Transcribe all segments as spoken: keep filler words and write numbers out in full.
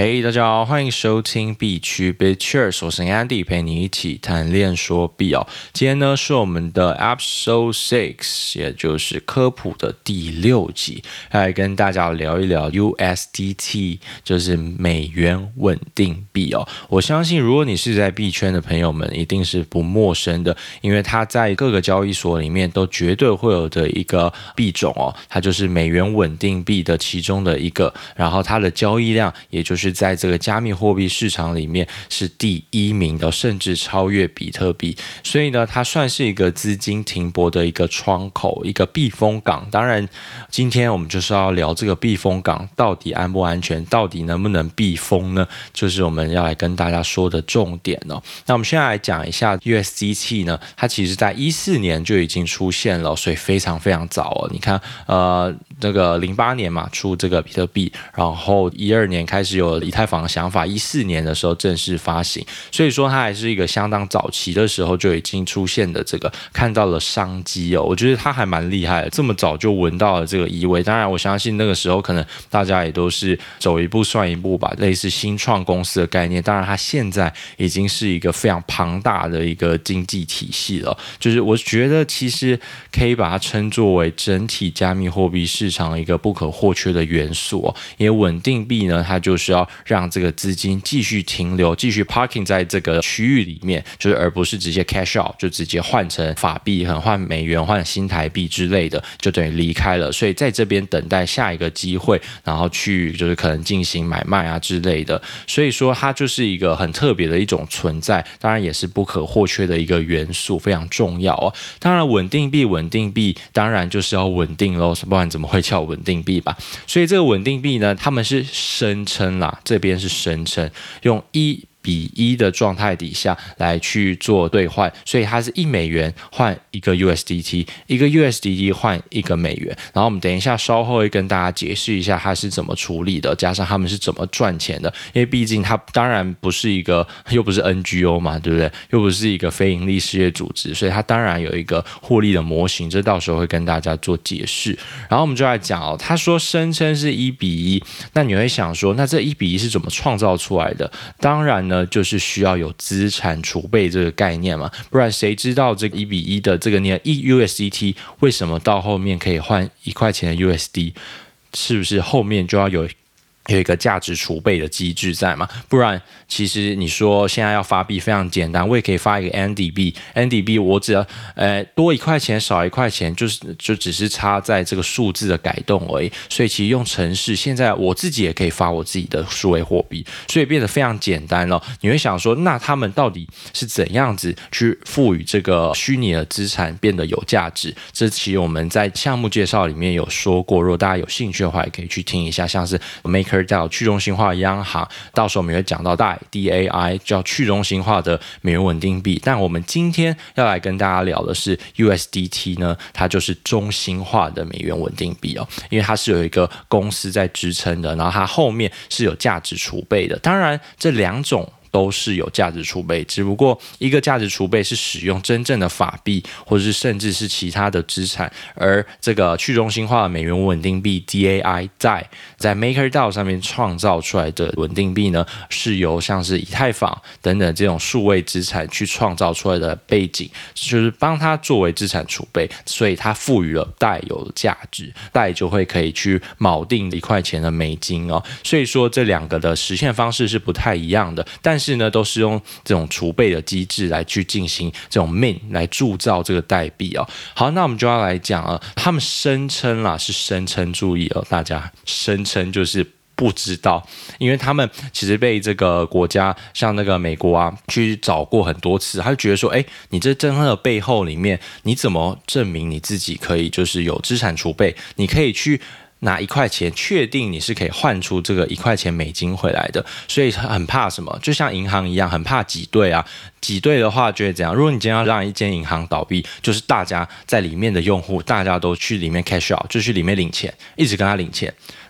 嘿、hey, 大家好，欢迎收听币区 BitCheers， 我是 Andy， 陪你一起谈练说币哦。今天呢是我们的 Episode Six， 也就是科普的第六集，来跟大家聊一聊 U S D T， 就是美元稳定币哦。我相信如果你是在币圈的朋友们，一定是不陌生的，因为它在各个交易所里面都绝对会有的一个币种哦，它就是美元稳定币的其中的一个，然后它的交易量也就是是在这个加密货币市场里面是第一名的，甚至超越比特币，所以呢，它算是一个资金停泊的一个窗口，一个避风港。当然，今天我们就是要聊这个避风港到底安不安全，到底能不能避风呢？就是我们要来跟大家说的重点哦。那我们现在来讲一下 U S D T 呢，它其实在一四年就已经出现了，所以非常非常早哦。你看，呃，这个零八年嘛出这个比特币，然后一二年开始有以太坊的想法，一四年的时候正式发行，所以说它还是一个相当早期的时候就已经出现的这个看到了商机哦，我觉得它还蛮厉害的，这么早就闻到了这个意味。当然，我相信那个时候可能大家也都是走一步算一步吧，类似新创公司的概念。当然，它现在已经是一个非常庞大的一个经济体系了，就是我觉得其实可以把它称作为整体加密货币市场一个不可或缺的元素哦。因为稳定币呢，它就是要让这个资金继续停留，继续 parking 在这个区域里面，就是而不是直接 cash out， 就直接换成法币，可能换美元、换新台币之类的，就等于离开了。所以在这边等待下一个机会，然后去就是可能进行买卖啊之类的。所以说它就是一个很特别的一种存在，当然也是不可或缺的一个元素，非常重要哦。当然，稳定币，稳定币当然就是要稳定咯，不然怎么会叫稳定币吧？所以这个稳定币呢，他们是声称啦，这边是声称用一比一的状态底下来去做兑换，所以它是一美元换一个 U S D T， 一个 U S D T 换一个美元。然后我们等一下稍后会跟大家解释一下它是怎么处理的，加上他们是怎么赚钱的。因为毕竟它当然不是一个，又不是 N G O 嘛，对不对？又不是一个非营利事业组织，所以它当然有一个获利的模型，这到时候会跟大家做解释。然后我们就来讲哦，他说声称是一比一，那你会想说，那这一比一是怎么创造出来的？当然呢，就是需要有资产储备这个概念嘛，不然谁知道这个一比一的这个你的 U S D T 为什么到后面可以换一块钱的 U S D， 是不是后面就要有有一个价值储备的机制在嘛？不然其实你说现在要发币非常简单，我也可以发一个 Andy 币 ，Andy 币我只要呃多一块钱少一块钱，就是就只是差在这个数字的改动而已。所以其实用程式，现在我自己也可以发我自己的数位货币，所以变得非常简单了。你会想说，那他们到底是怎样子去赋予这个虚拟的资产变得有价值？这其实我们在项目介绍里面有说过，如果大家有兴趣的话，也可以去听一下，像是 Maker 到去中心化央行，到时候我们也会讲到 D A I 叫去中心化的美元稳定币。但我们今天要来跟大家聊的是 U S D T 呢，它就是中心化的美元稳定币哦，因为它是有一个公司在支撑的，然后它后面是有价值储备的。当然，这两种都是有价值储备，只不过一个价值储备是使用真正的法币，或者是甚至是其他的资产，而这个去中心化的美元稳定币 D A I 在在 MakerDAO 上面创造出来的稳定币呢，是由像是以太坊等等这种数位资产去创造出来的背景，就是帮它作为资产储备，所以它赋予了代有价值，代就会可以去锚定一块钱的美金哦。所以说这两个的实现方式是不太一样的，但是呢，都是用这种储备的机制来去进行这种 mint 来铸造这个代币哦。好，那我们就要来讲啊，他们声称啦，是声称，注意哦，大家声称就是不知道，因为他们其实被这个国家像那个美国啊去找过很多次，他就觉得说，哎，你这政策的背后里面，你怎么证明你自己可以就是有资产储备，你可以去拿一块钱，确定你是可以换出这个一块钱美金回来的，所以很怕什么？就像银行一样，很怕挤兑啊。挤兑的话就会怎样？如果你今天要让一间银行倒闭，就是大家在里面的用户，大家都去里面 cash out，就去里面领钱，一直跟他领钱。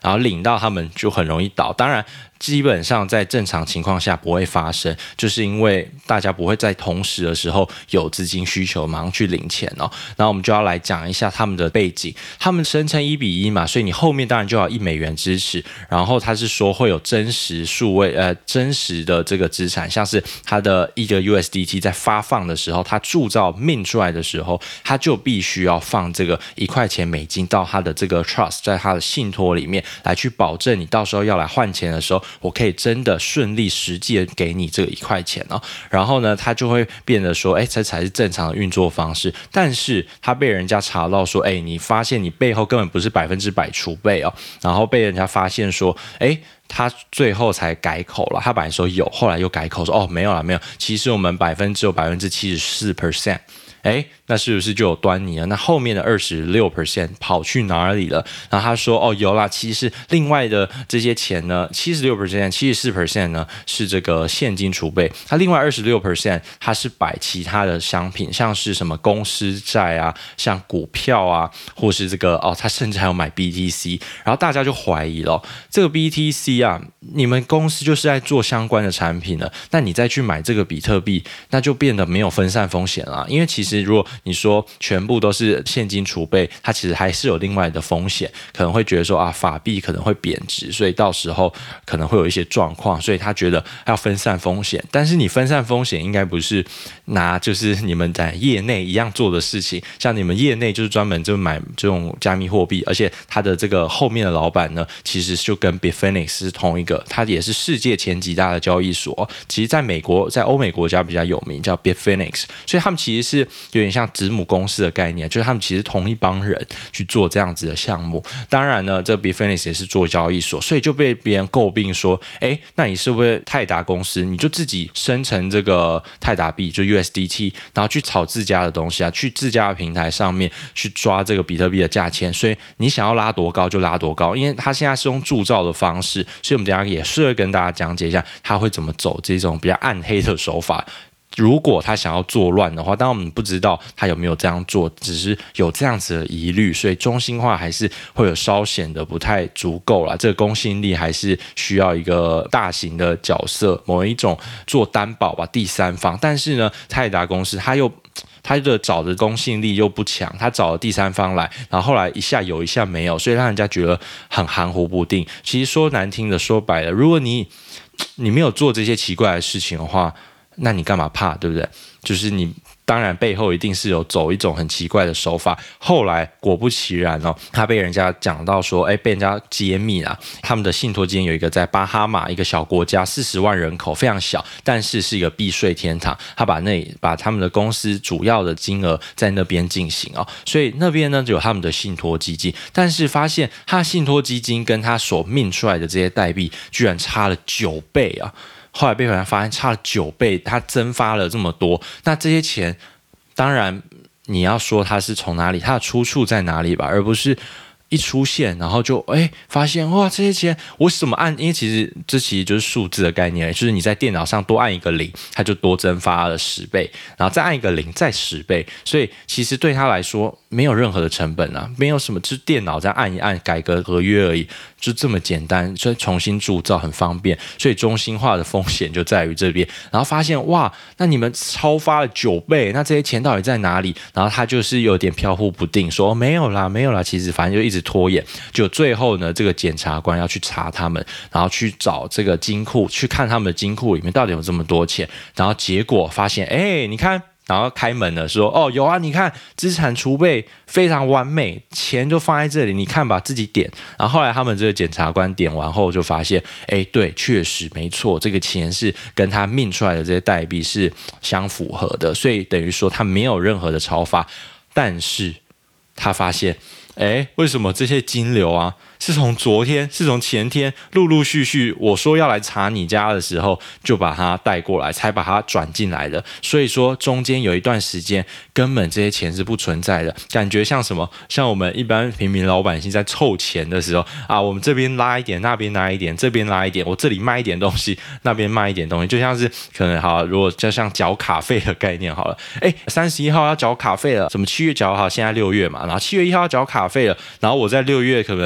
然后领到他们就很容易倒。当然基本上在正常情况下不会发生，就是因为大家不会在同时的时候有资金需求马上去领钱哦。然后我们就要来讲一下他们的背景，他们声称一比一嘛，所以你后面当然就要一美元支持。然后他是说会有真实数位呃真实的这个资产，像是他的一个 U S D T 在发放的时候，他铸造命出来的时候，他就必须要放这个一块钱美金到他的这个 trust， 在他的信托里面来去保证你到时候要来换钱的时候，我可以真的顺利实际的给你这个一块钱哦。然后呢，他就会变得说，哎，这才是正常的运作方式。但是他被人家查到说，哎，你发现你背后根本不是百分之百储备哦，然后被人家发现说，哎。他最后才改口了，他本来说有，后来又改口说哦没有啦没有，其实我们百分之有百分之七十四 percent， 哎，那是不是就有端倪了？那后面的二十六 percent 跑去哪里了？然后他说哦有啦，其实另外的这些钱呢，七十六 percent、七十四 percent 呢是这个现金储备，他另外二十六 percent 他是摆其他的商品，像是什么公司债啊，像股票啊，或是这个哦，他甚至还有买 B T C， 然后大家就怀疑了，这个 B T C。啊，你们公司就是在做相关的产品了，那你再去买这个比特币，那就变得没有分散风险了。因为其实如果你说全部都是现金储备，它其实还是有另外的风险，可能会觉得说啊，法币可能会贬值，所以到时候可能会有一些状况，所以他觉得要分散风险。但是你分散风险应该不是拿就是你们在业内一样做的事情，像你们业内就是专门就买这种加密货币，而且他的这个后面的老板呢，其实就跟 Bitfinex 是同一个，它也是世界前几大的交易所，其实在美国在欧美国家比较有名，叫 Bitfinex， 所以他们其实是有点像子母公司的概念，就是他们其实同一帮人去做这样子的项目。当然呢，这 Bitfinex 也是做交易所，所以就被别人诟病说，哎，那你是不是泰达公司，你就自己生成这个泰达币就 U S D T， 然后去炒自家的东西啊，去自家的平台上面去抓这个比特币的价钱，所以你想要拉多高就拉多高，因为他现在是用铸造的方式，所以我们等一下也是会跟大家讲解一下他会怎么走这种比较暗黑的手法。如果他想要作乱的话，当然我们不知道他有没有这样做，只是有这样子的疑虑，所以中心化还是会有稍显的不太足够啦，这个公信力还是需要一个大型的角色，某一种做担保吧，第三方。但是呢，泰达公司他又他的找的公信力又不强，他找了第三方来，然后后来一下有一下没有，所以让人家觉得很含糊不定。其实说难听的说白了，如果你你没有做这些奇怪的事情的话，那你干嘛怕，对不对？就是你当然背后一定是有走一种很奇怪的手法。后来果不其然哦，他被人家讲到说，哎，被人家揭秘啦，他们的信托基金有一个在巴哈马一个小国家，四十万人口，非常小，但是是一个避税天堂。他把那把他们的公司主要的金额在那边进行哦，所以那边呢有他们的信托基金，但是发现他的信托基金跟他所命出来的这些代币居然差了九倍啊！后来被人家发现差了九倍，它增发了这么多，那这些钱当然你要说它是从哪里，它的出处在哪里吧，而不是一出现然后就哎发现哇这些钱我怎么按，因为其实这其实就是数字的概念，就是你在电脑上多按一个零，它就多增发了十倍，然后再按一个零再十倍，所以其实对他来说没有任何的成本啊，没有什么，就是电脑再按一按改个合约而已，就这么简单，所以重新铸造很方便，所以中心化的风险就在于这边。然后发现哇，那你们超发了九倍，那这些钱到底在哪里？然后他就是有点飘忽不定，说、哦、没有啦，没有啦，其实反正就一直拖延。就最后呢，这个检察官要去查他们，然后去找这个金库，去看他们的金库里面到底有这么多钱，然后结果发现，哎，你看。然后开门了，说：“哦，有啊，你看资产储备非常完美，钱就放在这里，你看吧，自己点。”然后后来他们这个检察官点完后就发现，哎，对，确实没错，这个钱是跟他命出来的这些代币是相符合的，所以等于说他没有任何的超发，但是他发现，哎，为什么这些金流啊？是从昨天，是从前天，陆陆续续我说要来查你家的时候，就把它带过来，才把它转进来的。所以说中间有一段时间，根本这些钱是不存在的，感觉像什么？像我们一般平民老百姓在凑钱的时候啊，我们这边拉一点，那边拉一点，这边拉一点，我这里卖一点东西，那边卖一点东西，就像是可能好，如果就像缴卡费的概念好了，哎，三十一号要缴卡费了，什么七月缴好，现在六月嘛，然后七月一号要缴卡费了，然后我在六月可能二七。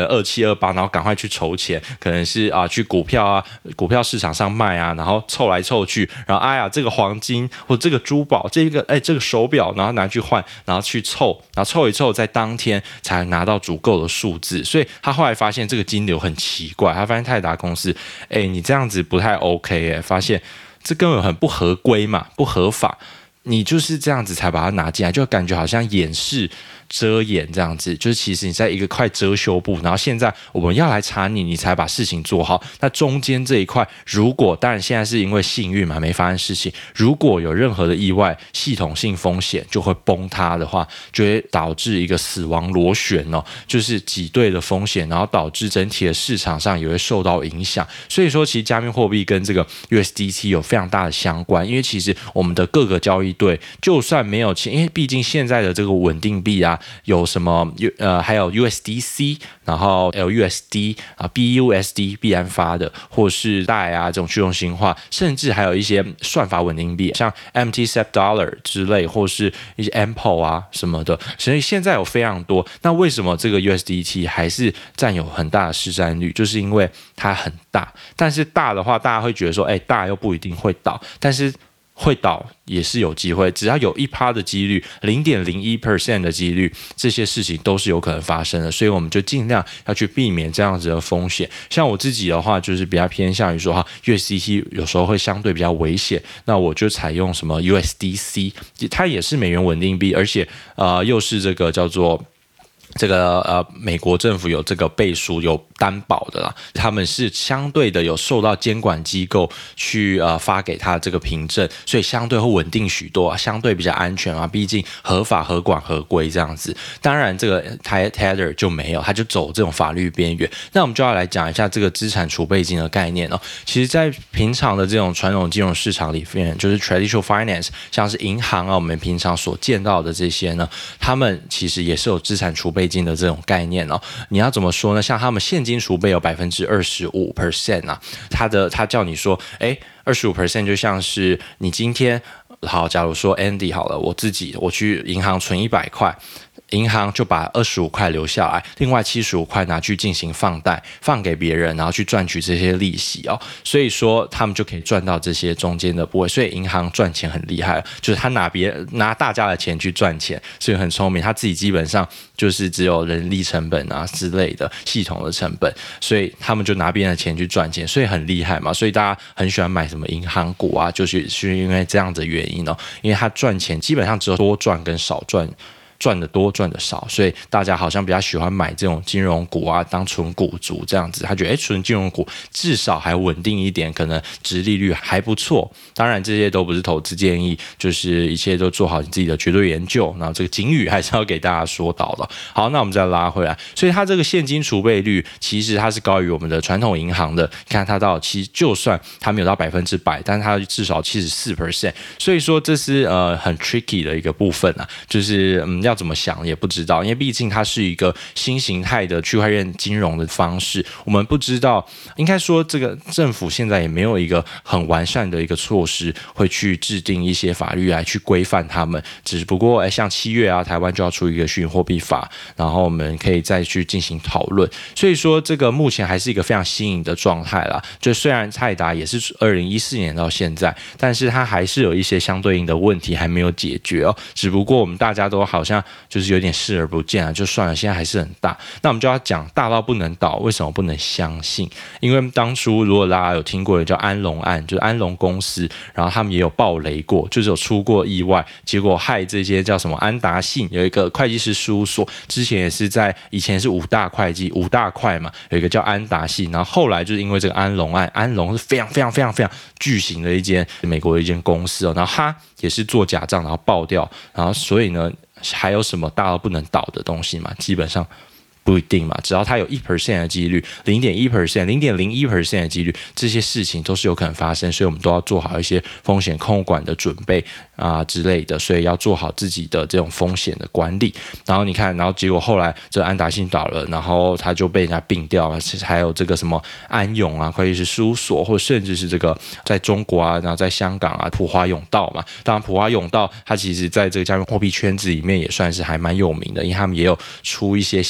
二八，然后赶快去筹钱，可能是啊去股票啊股票市场上卖啊，然后凑来凑去，然后哎呀这个黄金或这个珠宝，这个哎这个手表，然后拿去换，然后去凑，然后凑一凑，在当天才拿到足够的数字。所以他后来发现这个金流很奇怪，他发现泰达公司，哎你这样子不太 OK 哎，发现这根本很不合规嘛，不合法。你就是这样子才把它拿进来，就感觉好像掩饰遮掩这样子，就是其实你在一个块遮羞布，然后现在我们要来查你，你才把事情做好。那中间这一块，如果当然现在是因为幸运嘛，没发生事情，如果有任何的意外，系统性风险就会崩塌的话，就会导致一个死亡螺旋哦，就是挤兑的风险，然后导致整体的市场上也会受到影响。所以说，其实加密货币跟这个 U S D T 有非常大的相关，因为其实我们的各个交易对，就算没有钱，因为毕竟现在的这个稳定币啊，有什么呃，还有 U S D C， 然后 L U S D 啊 ，B U S D 币安发的，或是代啊这种去中心化，甚至还有一些算法稳定币，像 M T S E P Dollar 之类，或是一些 M P O 啊什么的，所以现在有非常多。那为什么这个 U S D T 还是占有很大的市占率？就是因为它很大，但是大的话，大家会觉得说，哎，大又不一定会倒，但是会倒也是有机会，只要有一趴的几率，零点零一 percent 的几率，这些事情都是有可能发生的，所以我们就尽量要去避免这样子的风险。像我自己的话，就是比较偏向于说哈 ，U S D T 有时候会相对比较危险，那我就采用什么 U S D C， 它也是美元稳定币，而且呃又是这个叫做。这个呃，美国政府有这个背书、有担保的啦，他们是相对的有受到监管机构去呃发给他这个凭证，所以相对会稳定许多、啊，相对比较安全啊。毕竟合法、合管、合规这样子。当然，这个 Tether 就没有，他就走这种法律边缘。那我们就要来讲一下这个资产储备金的概念哦。其实，在平常的这种传统金融市场里面，就是 traditional finance， 像是银行啊，我们平常所见到的这些呢，他们其实也是有资产储备金的这种概念哦。你要怎么说呢？像他们现金储备有 百分之二十五 啊，他的他叫你说，哎 ，百分之二十五 就像是你今天好，假如说 Andy 好了，我自己我去银行存一百块。银行就把二十五块留下来，另外七十五块拿去进行放贷，放给别人，然后去赚取这些利息哦。所以说他们就可以赚到这些中间的部位。所以银行赚钱很厉害，就是他拿别拿大家的钱去赚钱，所以很聪明。他自己基本上就是只有人力成本啊之类的系统的成本，所以他们就拿别人的钱去赚钱，所以很厉害嘛。所以大家很喜欢买什么银行股啊，就是是因为这样的原因哦。因为他赚钱基本上只有多赚跟少赚。赚的多赚的少，所以大家好像比较喜欢买这种金融股啊，当纯股族这样子。他觉得哎，纯金融股至少还稳定一点，可能殖利率还不错。当然这些都不是投资建议，就是一切都做好你自己的绝对研究。然后这个警语还是要给大家说到的。好，那我们再拉回来，所以它这个现金储备率其实它是高于我们的传统银行的。你看它到其实就算它没有到百分之百，但是它至少七十四 percent。所以说这是呃很 tricky 的一个部分啊，就是嗯。要怎么想也不知道，因为毕竟它是一个新形态的区块链金融的方式，我们不知道，应该说这个政府现在也没有一个很完善的一个措施，会去制定一些法律来去规范他们。只不过，哎，像七月啊，台湾就要出一个虚拟货币法，然后我们可以再去进行讨论。所以说，这个目前还是一个非常新颖的状态啦。就虽然泰达也是二零一四年到现在，但是它还是有一些相对应的问题还没有解决哦。只不过我们大家都好像就是有点视而不见啊，就算了，现在还是很大。那我们就要讲大到不能倒，为什么不能相信？因为当初如果大家有听过的叫安龙案，就是安龙公司，然后他们也有爆雷过，就是有出过意外，结果害这些叫什么安达信有一个会计师事务所，之前也是在以前是五大会计五大块嘛，有一个叫安达信，然后后来就是因为这个安龙案，安龙是非常非常非常非常巨型的一间美国的一间公司哦，然后他也是做假账然后爆掉，然后所以呢。还有什么大到不能倒的东西嘛？基本上不一定嘛，只要它有一 percent 的几率，零点一 percent、零点零一 percent 的几率，这些事情都是有可能发生，所以我们都要做好一些风险控管的准备啊之类的，所以要做好自己的这种风险的管理。然后你看，然后结果后来这安达信倒了，然后他就被人家并掉了，还有这个什么安永啊，会计师事务所，或甚至是这个在中国啊，然后在香港啊，普华永道嘛。当然，普华永道它其实在这个加密货币圈子里面也算是还蛮有名的，因为他们也有出一些新型态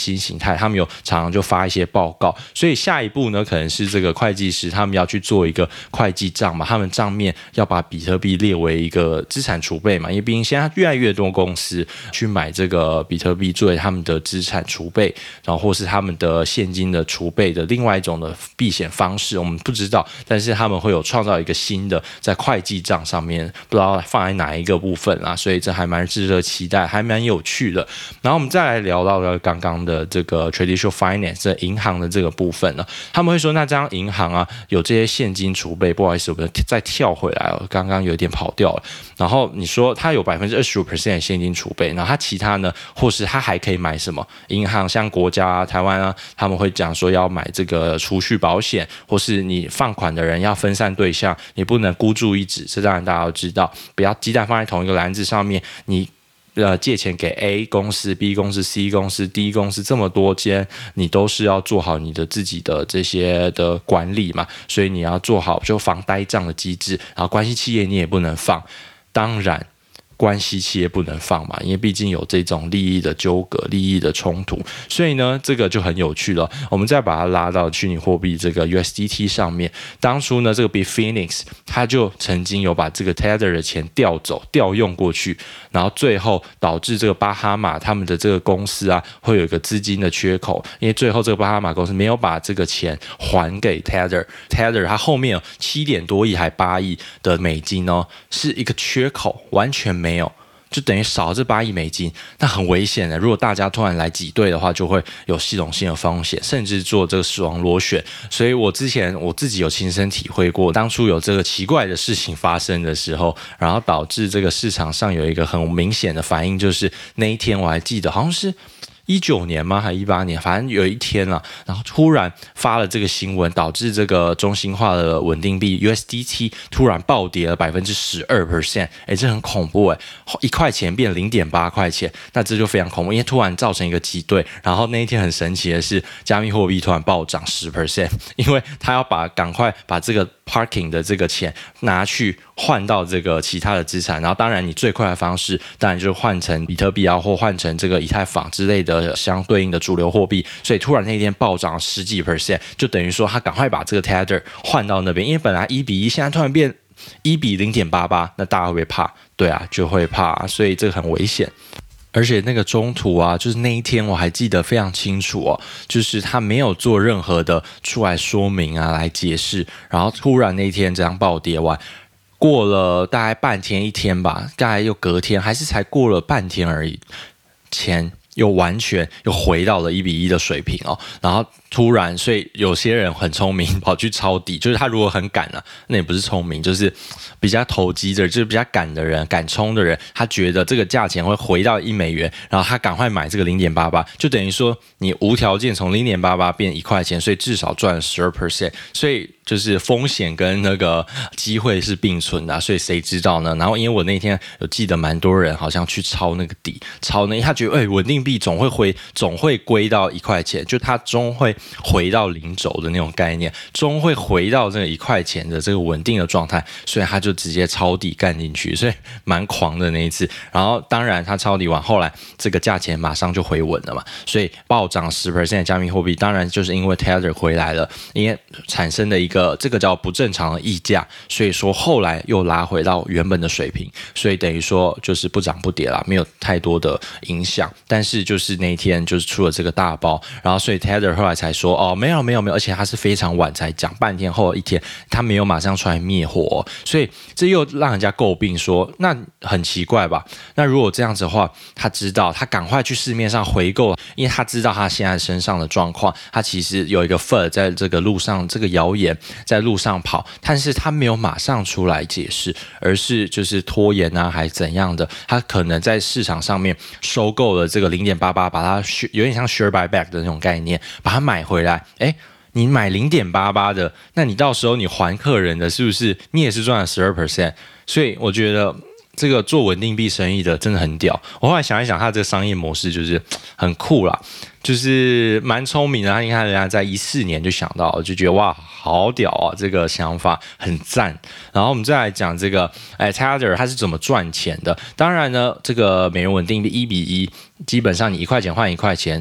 态，他们有常常就发一些报告，所以下一步呢，可能是这个会计师他们要去做一个会计账嘛，他们账面要把比特币列为一个资产储备嘛，因为毕竟现在越来越多公司去买这个比特币作为他们的资产储备，然后或是他们的现金的储备的另外一种的避险方式，我们不知道，但是他们会有创造一个新的在会计账上面，不知道放在哪一个部分啦，所以这还蛮值得期待，还蛮有趣的。然后我们再来聊到了刚刚的这个 traditional finance 这银行的这个部分呢，他们会说，那这样银行啊有这些现金储备，不好意思，我们再跳回来了，刚刚有点跑掉了。然后你说它有 百分之二十五 的现金储备，然后它其他呢，或是它还可以买什么？银行像国家啊、台湾啊，他们会讲说要买这个储蓄保险，或是你放款的人要分散对象，你不能孤注一掷，这当然大家都知道，不要鸡蛋放在同一个篮子上面，你。呃，借钱给 A 公司、B 公司、C 公司、D 公司这么多间，你都是要做好你的自己的这些的管理嘛，所以你要做好就防呆账的机制，然后关系企业你也不能放，当然。关系企业不能放嘛，因为毕竟有这种利益的纠葛、利益的冲突，所以呢，这个就很有趣了。我们再把它拉到虚拟货币这个 U S D T 上面，当初呢，这个 Bitfinex 它就曾经有把这个 Tether 的钱调走、调用过去，然后最后导致这个巴哈马他们的这个公司啊，会有一个资金的缺口，因为最后这个巴哈马公司没有把这个钱还给 Tether，Tether 它后面有七点多亿还八亿的美金哦，是一个缺口，完全没有。没有，就等于少了这八亿美金，那很危险的。如果大家突然来挤兑的话，就会有系统性的风险，甚至做这个死亡螺旋。所以我之前我自己有亲身体会过，当初有这个奇怪的事情发生的时候，然后导致这个市场上有一个很明显的反应，就是那一天我还记得，好像是。一九年吗？还一八年？反正有一天啊，然后突然发了这个新闻，导致这个中心化的稳定币 U S D T 突然暴跌了百分之十二 percent， 哎，这很恐怖哎，一块钱变零点八块钱，那这就非常恐怖，因为突然造成一个挤兑，然后那一天很神奇的是，加密货币突然暴涨十 percent， 因为他要把赶快把这个 parking 的这个钱拿去换到这个其他的资产，然后当然你最快的方式，当然就是换成比特币啊，或换成这个以太坊之类的。相对应的主流货币，所以突然那天暴涨十几 percent， 就等于说他赶快把这个 Tether 换到那边，因为本来一比一，现在突然变一比零点八八，那大家会不会怕？对啊，就会怕，所以这个很危险。而且那个中途啊，就是那一天我还记得非常清楚哦，就是他没有做任何的出来说明啊，来解释，然后突然那一天这样暴跌完。过了大概半天一天吧，大概又隔天，还是才过了半天而已，钱又完全又回到了一比一的水平哦，然后突然，所以有些人很聪明，跑去抄底，就是他如果很赶啊，那也不是聪明，就是比较投机的，就是比较赶的人，敢冲的人，他觉得这个价钱会回到一美元，然后他赶快买这个零点八八，就等于说你无条件从零点八八变一块钱，所以至少赚了十二 percent， 所以就是风险跟那个机会是并存的、啊，所以谁知道呢？然后因为我那天有记得蛮多人好像去抄那个底，抄那他觉得哎稳定币总会回，总会归到一块钱，就它终会回到零轴的那种概念，终会回到这个一块钱的这个稳定的状态，所以他就直接抄底干进去，所以蛮狂的那一次。然后当然他抄底完，后来这个价钱马上就回稳了嘛，所以暴涨 百分之十 的加密货币，当然就是因为 Tether 回来了，因为产生的一个这个叫不正常的溢价，所以说后来又拉回到原本的水平，所以等于说就是不涨不跌啦，没有太多的影响。但是就是那一天就是出了这个大包，然后所以 Tether 后来才说哦没有没有没有，而且他是非常晚才讲，半天后一天他没有马上出来灭火、哦，所以这又让人家诟病说那很奇怪吧？那如果这样子的话，他知道他赶快去市面上回购，因为他知道他现在身上的状况，他其实有一个 F U D 在这个路上，这个谣言在路上跑，但是他没有马上出来解释，而是就是拖延啊，还怎样的？他可能在市场上面收购了这个零点八八，把它有点像 share buyback 的那种概念，把它买回来，哎。你买零点八八的，那你到时候你还客人的是不是你也是赚了 百分之十二？ 所以我觉得这个做稳定币生意的真的很屌。我后来想一想，他这个商业模式就是很酷啦，就是蛮聪明的。你看人家在一四年就想到，就觉得哇好屌啊，这个想法很赞。然后我们再来讲这个，哎 Tether 它是怎么赚钱的？当然呢，这个美元稳定币一比一，基本上你一块钱换一块钱，它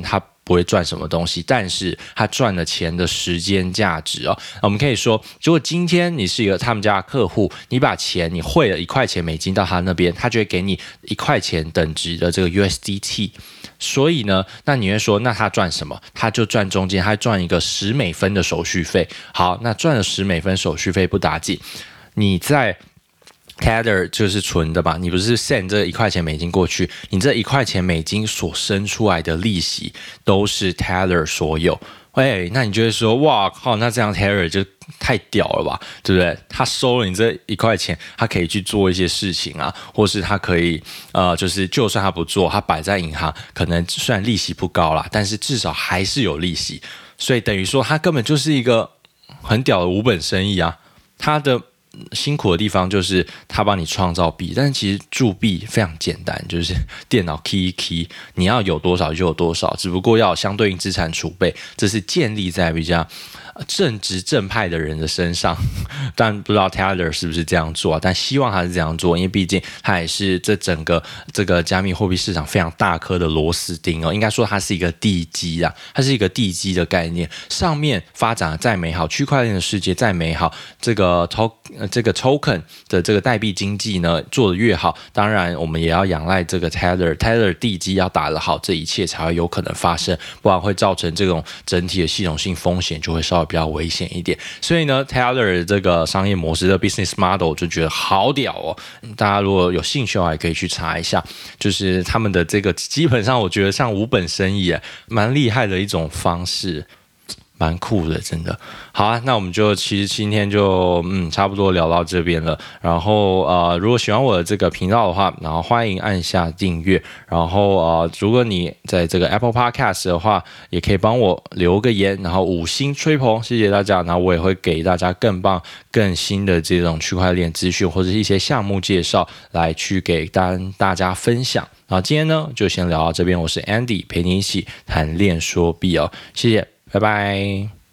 不会赚什么东西，但是他赚了钱的时间价值哦。我们可以说，如果今天你是一个他们家的客户，你把钱你汇了一块钱美金到他那边，他就会给你一块钱等值的这个 U S D T。所以呢，那你会说，那他赚什么？他就赚中间，他赚一个十美分的手续费。好，那赚了十美分手续费不打紧，你在Tether 就是存的嘛，你不是 send 这一块钱美金过去，你这一块钱美金所生出来的利息都是 Tether 所有。喂，那你就会说，哇靠，那这样 Tether 就太屌了吧，对不对？他收了你这一块钱，他可以去做一些事情啊，或是他可以呃，就是就算他不做，他摆在银行，可能虽然利息不高啦，但是至少还是有利息，所以等于说他根本就是一个很屌的无本生意啊，他的辛苦的地方就是他帮你创造币，但是其实铸币非常简单，就是电脑 key 一 key， 你要有多少就有多少，只不过要有相对应资产储备，这是建立在比较正直正派的人的身上。但不知道 Tether 是不是这样做啊，但希望他是这样做，因为毕竟他也是这整个这个加密货币市场非常大颗的螺丝钉哦。应该说它是一个地基啊，它是一个地基的概念，上面发展的再美好，区块链的世界再美好，这个 to 这个 token 的这个代币经济呢做得越好，当然我们也要仰赖这个 Tether Tether 地基要打得好，这一切才会有可能发生，不然会造成这种整体的系统性风险就会稍微比较危险一点。所以呢 Tether 这个商业模式的 business model 就觉得好屌哦，大家如果有兴趣的话也可以去查一下，就是他们的这个基本上我觉得像无本生意蛮厉害的一种方式，蛮酷的，真的。好啊，那我们就其实今天就嗯差不多聊到这边了。然后呃，如果喜欢我的这个频道的话，然后欢迎按下订阅。然后呃，如果你在这个 Apple Podcast 的话，也可以帮我留个言，然后五星吹捧，谢谢大家。然后我也会给大家更棒、更新的这种区块链资讯或者一些项目介绍，来去给大大家分享。然后今天呢，就先聊到这边。我是 Andy， 陪你一起谈链说币哦，谢谢。拜拜。